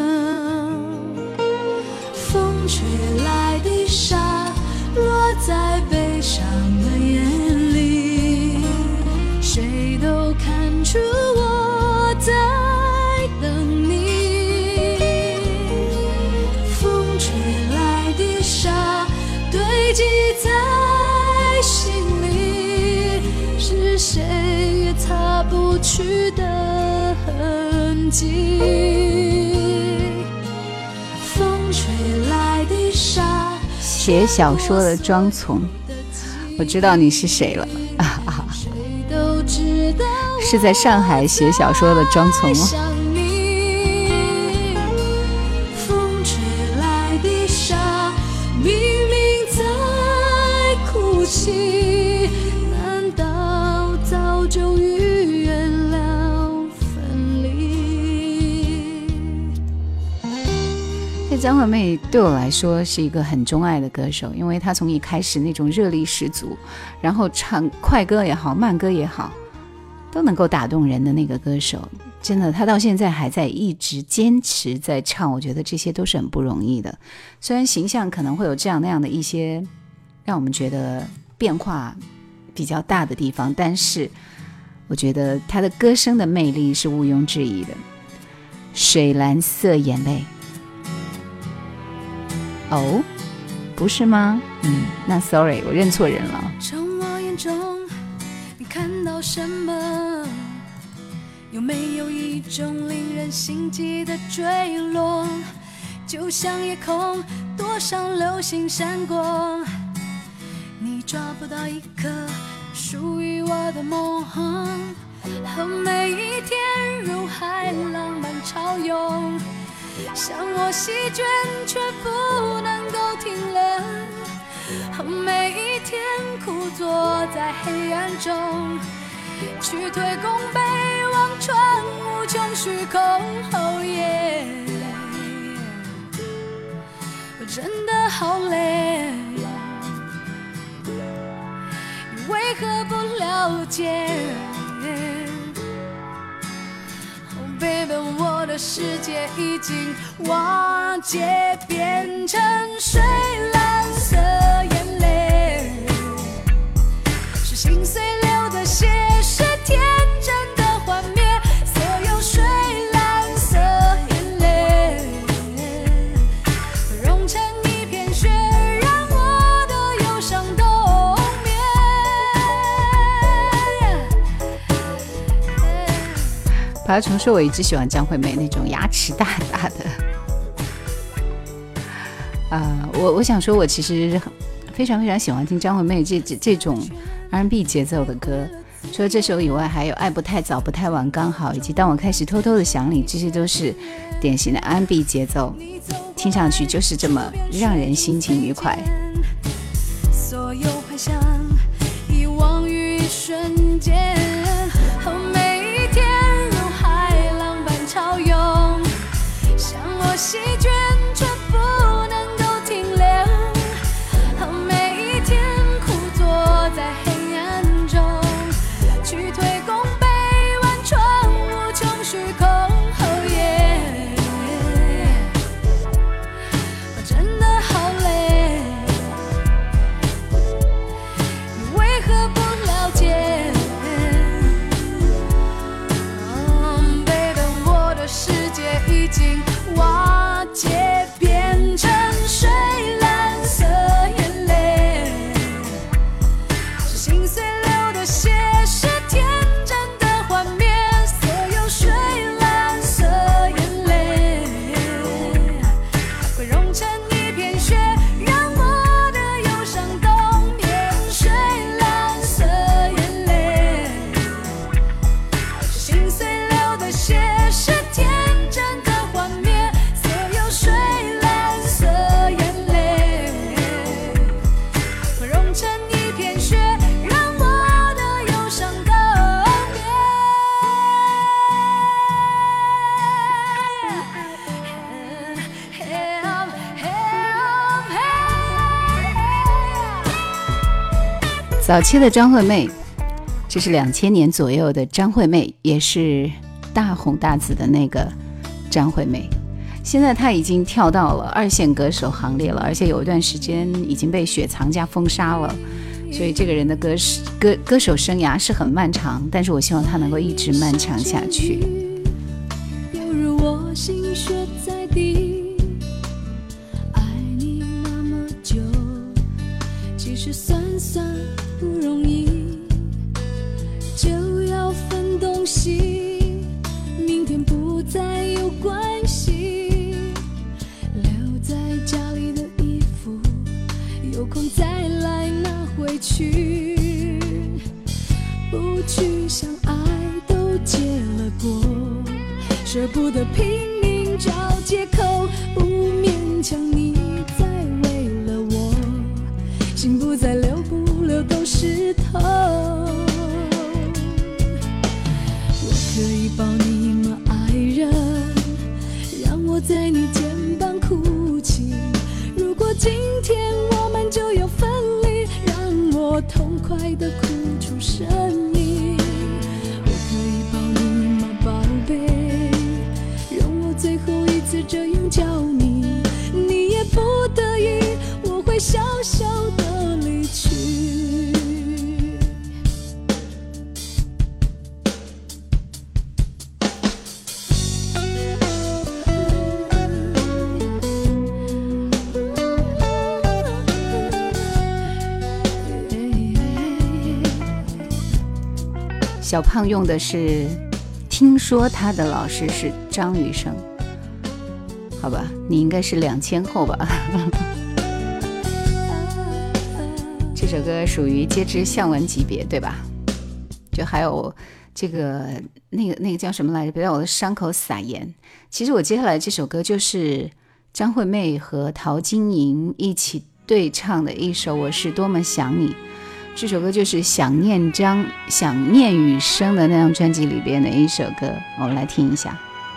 风吹来的沙落在悲伤的眼里，谁都看出我在等你。风吹来的沙堆积在心里，是谁也擦不去的痕迹。风吹来的沙， 写小说的庄从，我知道你是谁了，啊啊、是在上海写小说的庄从吗？ 风吹来的沙，明明在哭泣，难道早就预言了分离？ 张惠妹对我来说是一个很钟爱的歌手，因为她从一开始那种热力十足，然后唱快歌也好慢歌也好都能够打动人的那个歌手，真的她到现在还在一直坚持在唱，我觉得这些都是很不容易的。虽然形象可能会有这样那样的一些让我们觉得变化比较大的地方，但是我觉得她的歌声的魅力是毋庸置疑的。水蓝色眼泪，哦，不是吗？嗯，那 sorry， 我认错人了。 从我眼中你看到什么？有没有一种令人心悸的坠落？就像夜空多少流星闪过，你抓不到一颗属于我的梦，和每一天如海浪般潮涌，像我席卷却不能够停留，每一天苦坐在黑暗中，去推弓背望穿无穷虚空。哦耶，我真的好累，你为何不了解？Oh baby， 我的世界已经瓦解，变成水蓝色眼泪，是心碎流的血，是天真的幻灭，所有水蓝色眼泪融成一片雪，让我的忧伤冬眠。 爬虫说我一直喜欢张惠妹那种牙齿大大的啊、呃，我我想说我其实非常非常喜欢听张惠妹这这这种 R and B 节奏的歌，除了这首以外还有爱不太早不太晚刚好，以及当我开始偷偷的想你，这些都是典型的 R and B 节奏，听上去就是这么让人心情愉快。 所有幻想遗忘于一瞬间，和每一天如海浪般潮涌，向我席卷却不能够停留，和每一天枯坐在黑暗中，去推拱北万川无穷虚空。哦耶，我真的好累，你为何不了解？嗯，baby，我的世界已经瓦解，变成水蓝色眼泪，是心碎流的血，是天真的幻灭，所有水蓝色眼泪会融成一片雪，让我的忧伤冬眠。水蓝色眼泪是心碎流的血，是天真的幻灭，所有水蓝色眼泪会融成一片雪，让我的忧伤冬眠。 早期的张惠妹，这是两千年左右的张惠妹，也是大红大紫的那个张惠妹。现在她已经跳到了二线歌手行列了，而且有一段时间已经被雪藏家封杀了，所以这个人的歌歌歌手生涯是很漫长，但是我希望她能够一直漫长下去。 犹如我心血在滴，爱你那么久，其实算算不容易，就要分东西，明天不再有关系，留在家里的衣服，有空再来拿回去，不去想爱都结了果，舍不得拼命找借口，不勉强你再为了我，心不再流，不流都湿透。我可以抱你吗，爱人？让我在你肩膀哭泣。如果今天我们就要分离，让我痛快地哭出声音。我可以抱你吗，宝贝？让我最后一次这样叫你，你也不得已，我会笑笑的离去。 小胖用的是，听说他的老师是张雨生，好吧，你应该是两千后吧。这首歌属于皆知巷闻级别，对吧？就还有这个那个那个叫什么来着？别在我的伤口撒盐。其实我接下来这首歌就是张惠妹和陶晶莹一起对唱的一首《我是多么想你》。这首歌就是想念张想念雨生的那张专辑里边的一首歌，我们来听一下。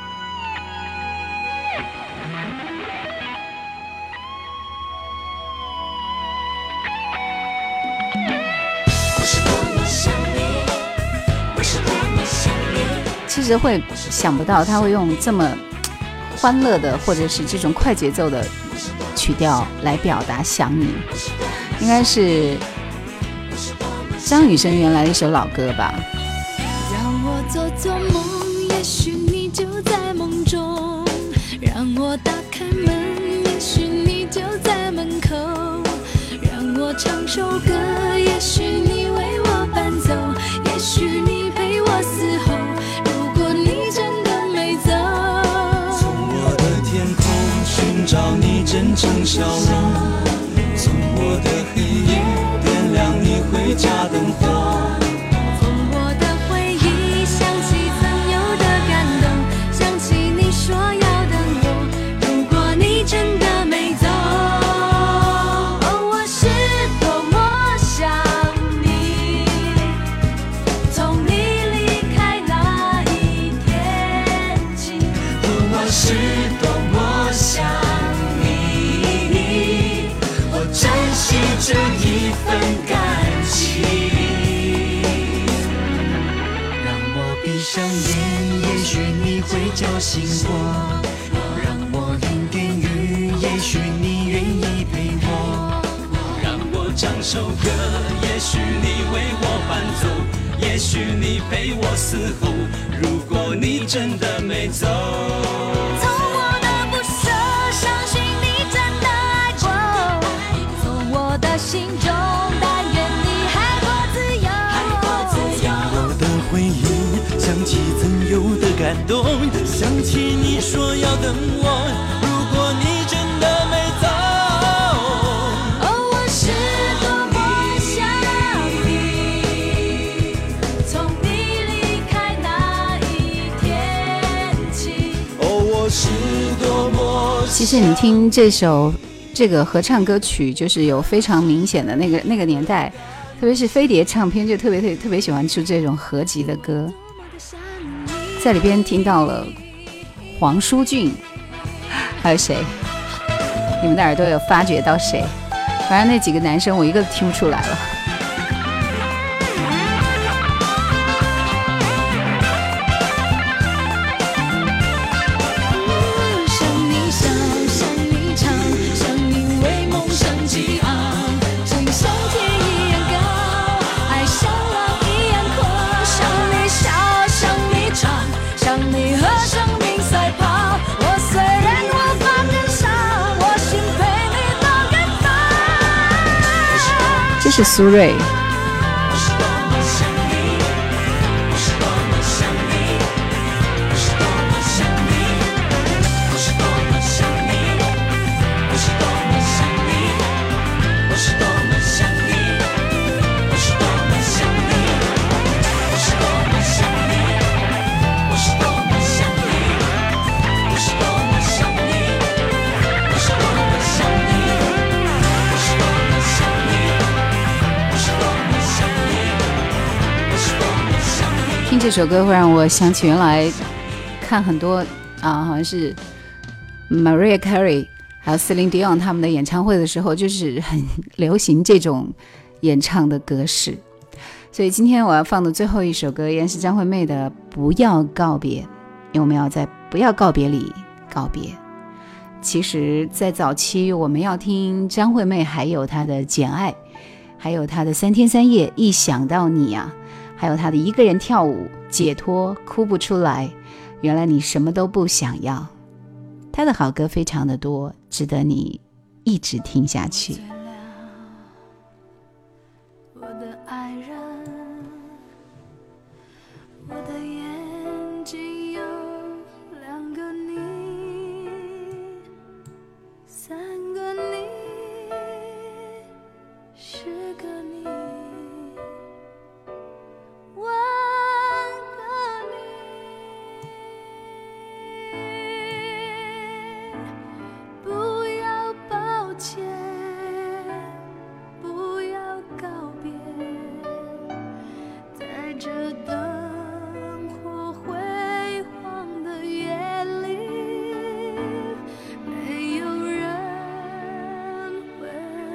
其实会想不到他会用这么欢乐的或者是这种快节奏的曲调来表达想你，应该是张雨生原来的一首老歌吧。 让我做做梦，也许你就在梦中，让我打开门，也许你就在门口，让我唱首歌，也许你为我伴奏，也许你陪我嘶吼，如果你真的没走， 从我的天空寻找你真诚笑容，从我的黑夜点亮你回家灯火， 从我的回忆想起曾有的感动，想起你说要等我，如果你真的没走，哦，我是多么份感情。让我闭上眼，也许你会叫醒我，让我淋点雨，也许你愿意陪我，让我唱首歌，也许你为我伴奏，也许你陪我嘶吼，如果你真的没走， 从我的不舍相信你真的爱过，从我的心中但愿你海阔自由， 我的回忆想起曾有的感动，想起你说要等我，如果你真的没走， 哦，我是多么想你，从你离开那一天起。 哦，我是多么其实你听这首这个合唱歌曲，就是有非常明显的那个那个年代，特别是飞碟唱片就特别特别特别喜欢出这种合集的歌，在里边听到了黄舒骏，还有谁？你们的耳朵有发觉到谁？反正那几个男生我一个都听不出来了。 想你笑，想你唱，想你为梦想激昂，想你像天一样高，爱像浪一样狂。想你笑，想你唱，想你和生命赛跑。我虽然无法跟上，我心陪你到远方。 这是苏芮。 我是多么想你，我是多么想你，我是多么想你，我是多么想你，我是多么想你，我是多么想你，我是多么想你，我是多么想你，我是多么想你，我是多么想你，我是多么想你，我是多么想你，我是多么想你，我是多么想你。 听这首歌会让我想起原来看很多啊，好像是 Mariah Carey 还有 Celine Dion 他们的演唱会的时候，就是很流行这种演唱的格式。所以今天我要放的最后一首歌依然是张惠妹的《不要告别》，因为我们要在不要告别里告别。其实在早期我们要听张惠妹还有她的《简爱》，还有她的《三天三夜》，一想到你啊，还有她的一个人跳舞解脱哭不出来，原来你什么都不想要。她的好歌非常的多，值得你一直听下去。 我的爱人，我的眼睛有两个你，三个你，十个你，万个你。不要抱歉，不要告别，在这灯火辉煌的夜里，没有人会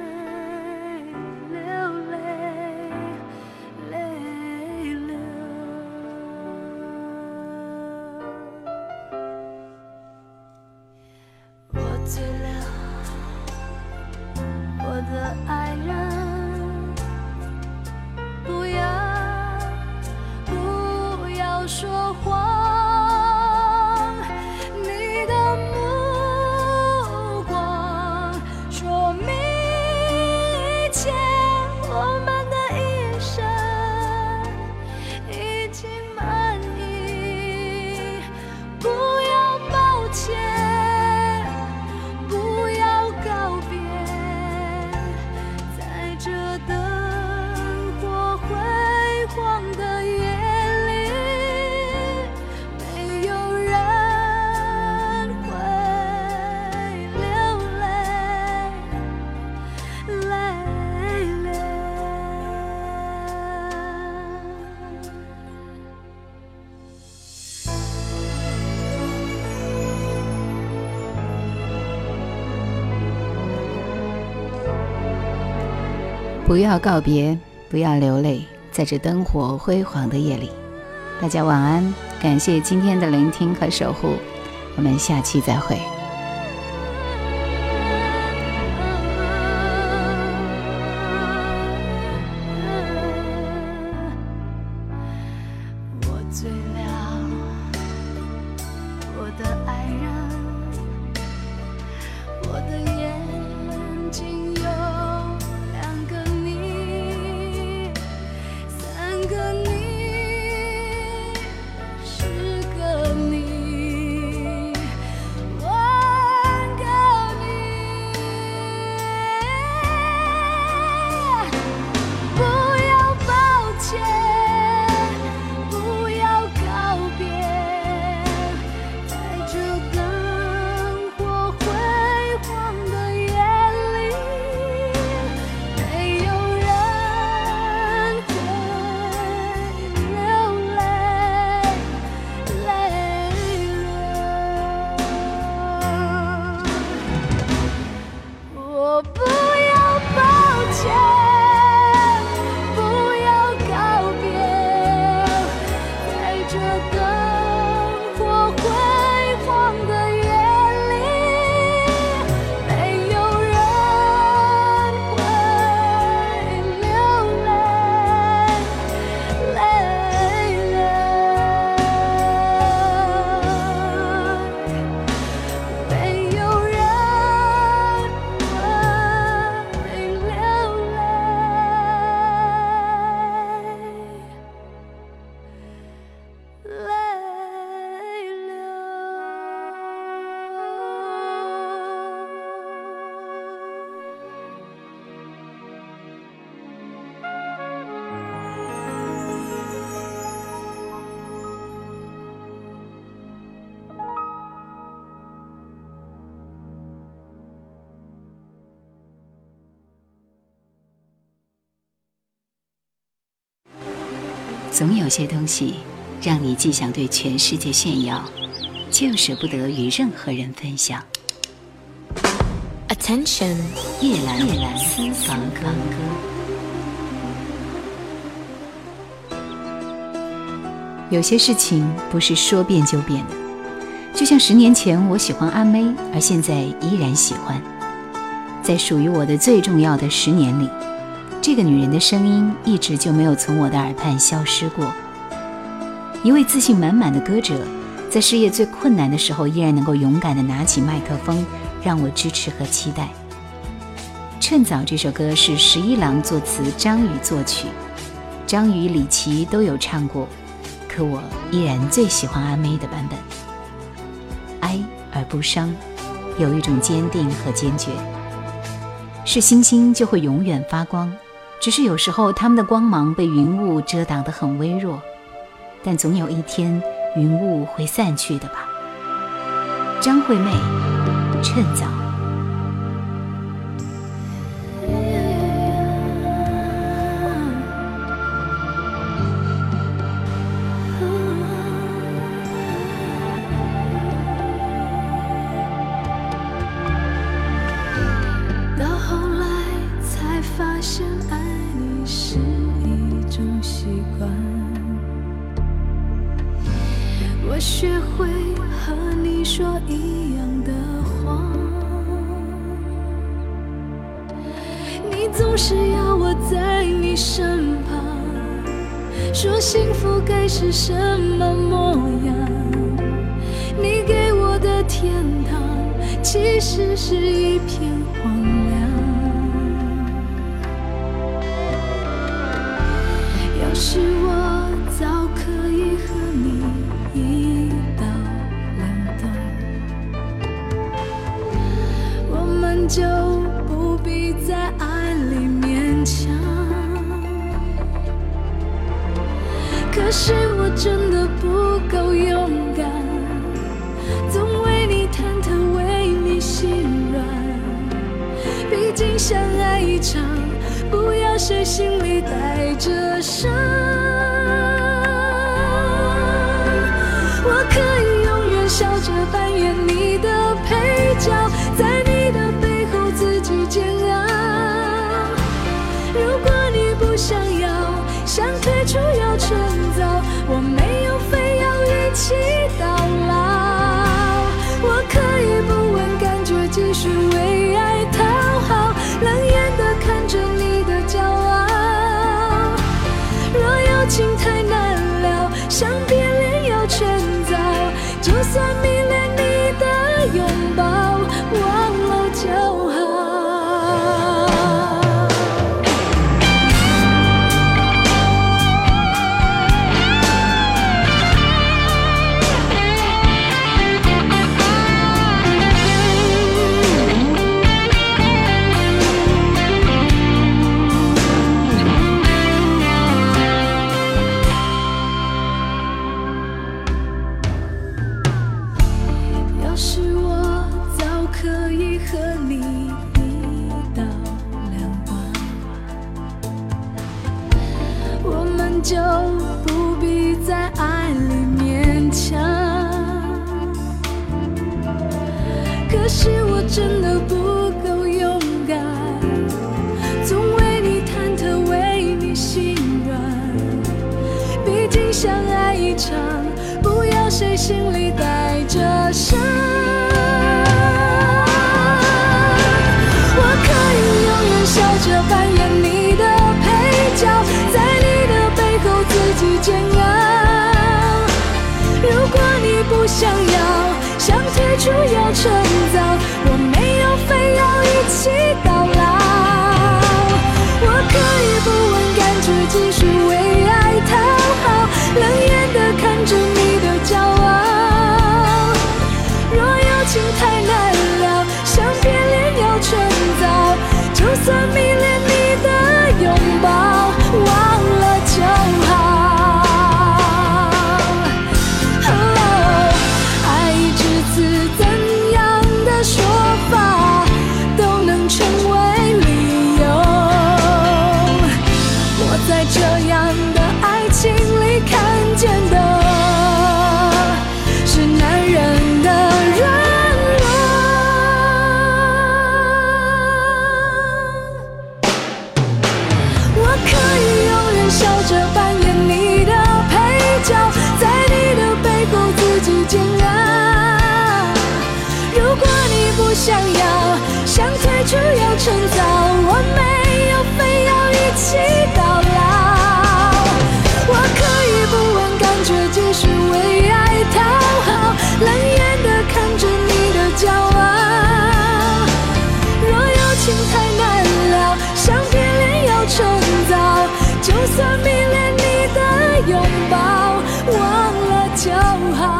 流泪，泪流。我醉了，我的爱人，不要不要说谎，你的目光说明一切，我们的一生已经满意，不要抱歉，不要告别，在不要告别，不要流泪，在这灯火辉煌的夜里。大家晚安，感谢今天的聆听和守护，我们下期再会。 我醉了，我的爱人，我的眼睛有两个你，三个你，十个你，万个你。不要抱歉，不要告别，在这灯火辉煌的夜里，没有人会流泪，泪流。我不要抱歉，不要告别，在这灯火辉煌的夜里，没有人会流泪，泪流。没有人会流泪，泪总有些东西让你既想对全世界炫耀，却又舍不得与任何人分享。 Attention， 夜阑夜阑私房歌。有些事情不是说变就变的，就像十年前我喜欢阿妹，而现在依然喜欢。在属于我的最重要的十年里，这个女人的声音一直就没有从我的耳畔消失过。一位自信满满的歌者，在事业最困难的时候，依然能够勇敢地拿起麦克风，让我支持和期待。趁早这首歌是十一郎作词，张宇作曲，张宇、李琦都有唱过，可我依然最喜欢阿妹的版本。哀而不伤，有一种坚定和坚决。是星星就会永远发光，只是有时候它们的光芒被云雾遮挡得很微弱，但总有一天云雾会散去的吧。张惠妹，趁早。 到后来才发现，爱你是一种习惯。我学会和你说一样的话，你总是要我在你身旁，说幸福该是什么模样。你给我的天堂，其实是一片荒凉。要是我早可以和你一刀两断，我们就不必在爱里勉强。可是我真的不够勇敢，总为你忐忑，为你心软。毕竟相爱一场，不要谁心里带着伤。我可以永远笑着扮演你的配角，在你的背后自己煎熬。如果趁早，我没有非要一起到老。我可以不问感觉，继续为爱讨好，冷眼地看着你的骄傲。若有情太难了，想别恋要趁早，就算迷恋你的拥抱，忘了就好。要是我早可以和你一刀两断，我们就不必在爱里勉强。可是我真的不够勇敢，总为你忐忑，为你心软。毕竟相爱一场，不要谁心里带着伤。我可以永远笑着扮演你的配角，在你的背后自己煎熬。如果你不想要，想退出要趁早，我没有非要一起到老。我可以不问感觉，继续为爱讨好，冷眼地看着你的骄傲。若有情太难了，想别恋要趁早，就算迷恋你的拥抱，忘了就好。哦，爱一至此怎样的说法都能成为理由。我在这样的爱情里看见的是男人的软弱。我可以永远笑着扮演你的配角，在你的背后自己煎熬。如果你不想要，想退出要趁早，我没有非要一起到老。我可以不问感觉，继续为爱讨好，冷眼地看着你的骄傲。若有情太难了，想别恋要趁早，就算迷恋你的拥抱，忘了就好。